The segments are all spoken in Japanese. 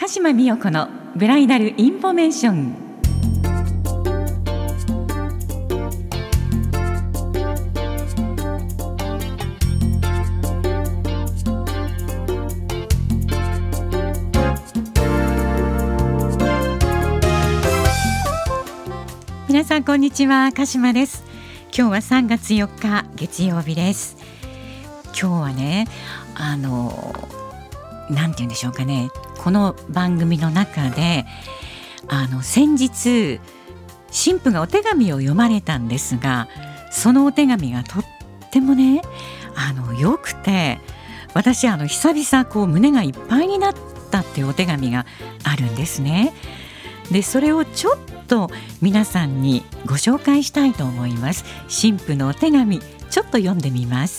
鹿島美代子のブライダルインフォメーション。皆さんこんにちは、鹿島です。今日は3月4日月曜日です。今日はね、なんて言うんでしょうかね、この番組の中で先日新婦がお手紙を読まれたんですが、そのお手紙がとってもね良くて、私久々胸がいっぱいになったっていうお手紙があるんですね。でそれをちょっと皆さんにご紹介したいと思います。新婦のお手紙、ちょっと読んでみます。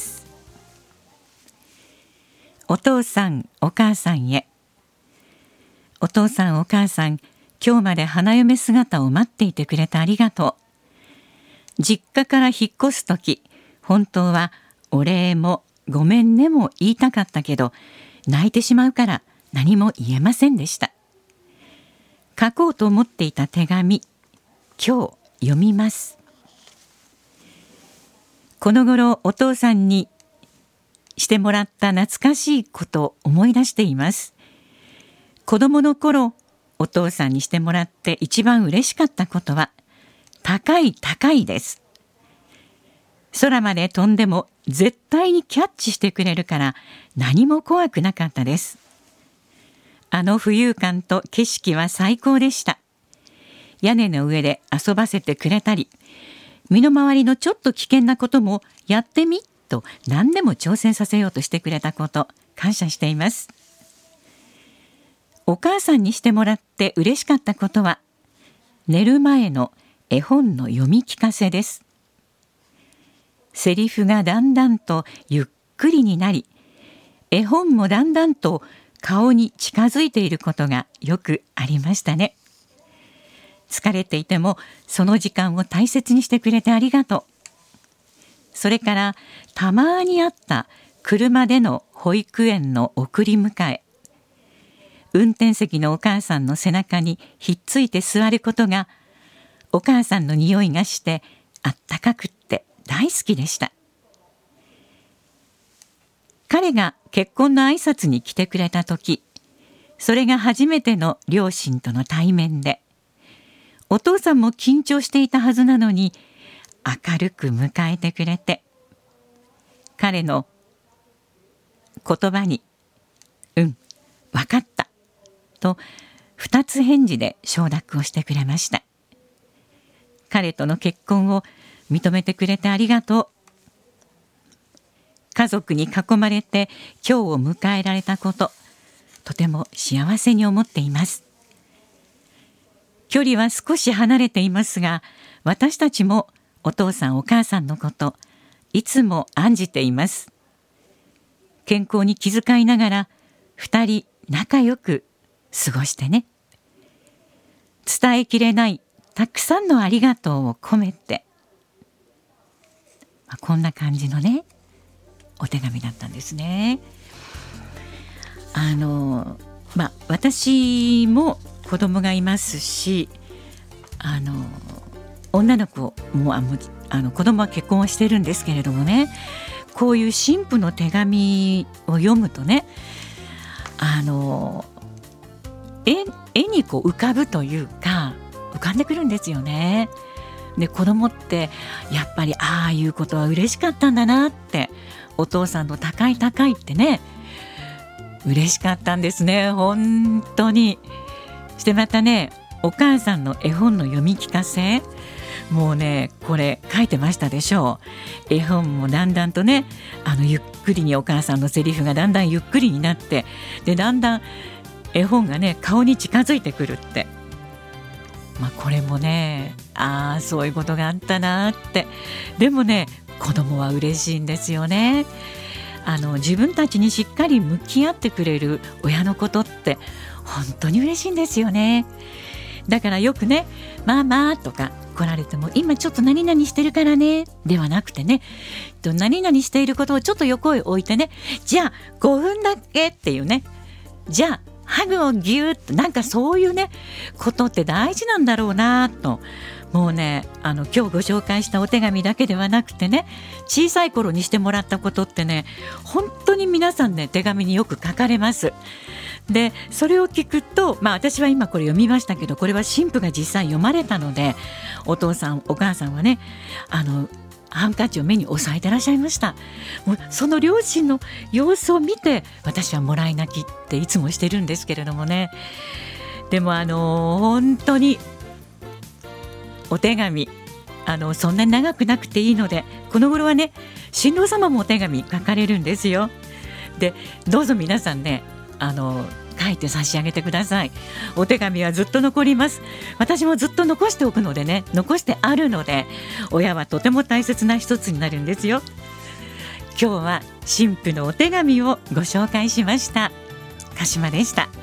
お父さんお母さんへ。お父さんお母さん、今日まで花嫁姿を待っていてくれてありがとう。実家から引っ越すとき、本当はお礼もごめんねも言いたかったけど、泣いてしまうから何も言えませんでした。書こうと思っていた手紙、今日読みます。この頃お父さんにしてもらった懐かしいことを思い出しています。子供の頃、お父さんにしてもらって一番嬉しかったことは、高い高いです。空まで飛んでも絶対にキャッチしてくれるから何も怖くなかったです。浮遊感と景色は最高でした。屋根の上で遊ばせてくれたり、身の回りのちょっと危険なこともやってみと何でも挑戦させようとしてくれたこと、感謝しています。お母さんにしてもらって嬉しかったことは、寝る前の絵本の読み聞かせです。セリフがだんだんとゆっくりになり、絵本もだんだんと顔に近づいていることがよくありましたね。疲れていてもその時間を大切にしてくれてありがとう。それからたまにあった車での保育園の送り迎え、運転席のお母さんの背中にひっついて座ることが、お母さんの匂いがしてあったかくって大好きでした。彼が結婚の挨拶に来てくれた時、それが初めての両親との対面で、お父さんも緊張していたはずなのに明るく迎えてくれて、彼の言葉に分かったと2つ返事で承諾をしてくれました。彼との結婚を認めてくれてありがとう。家族に囲まれて今日を迎えられたこと、とても幸せに思っています。距離は少し離れていますが、私たちもお父さんお母さんのこといつも案じています。健康に気遣いながら2人仲良く過ごしてね。伝えきれないたくさんのありがとうを込めて、こんな感じのねお手紙だったんですね。私も子供がいますし、女の子も子供は結婚はしてるんですけれどもね、こういう新婦の手紙を読むとね、絵に浮かぶというか、浮かんでくるんですよね。で子供ってやっぱりああいうことは嬉しかったんだなって、お父さんの高い高いってね、嬉しかったんですね、本当に。してまたね、お母さんの絵本の読み聞かせ、もうねこれ書いてましたでしょう。絵本もだんだんとねゆっくりにお母さんのセリフがだんだんゆっくりになって、でだんだん絵本がね顔に近づいてくるって、これもねそういうことがあったなって。でもね子供は嬉しいんですよね。自分たちにしっかり向き合ってくれる親のことって本当に嬉しいんですよね。だからよくね、ママとか来られても、今ちょっと何々してるからねではなくてね、何々していることをちょっと横へ置いてね、じゃあ5分だけっていうね、じゃあハグをギューッと、なんかそういうねことって大事なんだろうなと。もうね今日ご紹介したお手紙だけではなくてね、小さい頃にしてもらったことってね、本当に皆さんね手紙によく書かれます。でそれを聞くと、私は今これ読みましたけど、これは神父が実際読まれたので、お父さんお母さんはねハンカチを目に押さえてらっしゃいました。もうその両親の様子を見て、私はもらい泣きっていつもしてるんですけれどもね。でも本当にお手紙そんなに長くなくていいので、この頃はね新郎様もお手紙書かれるんですよ。でどうぞ皆さんね書いて差し上げてください。お手紙はずっと残ります。私もずっと残しておくのでね、残してあるので、親はとても大切な一つになるんですよ。今日は神父のお手紙をご紹介しました。鹿島でした。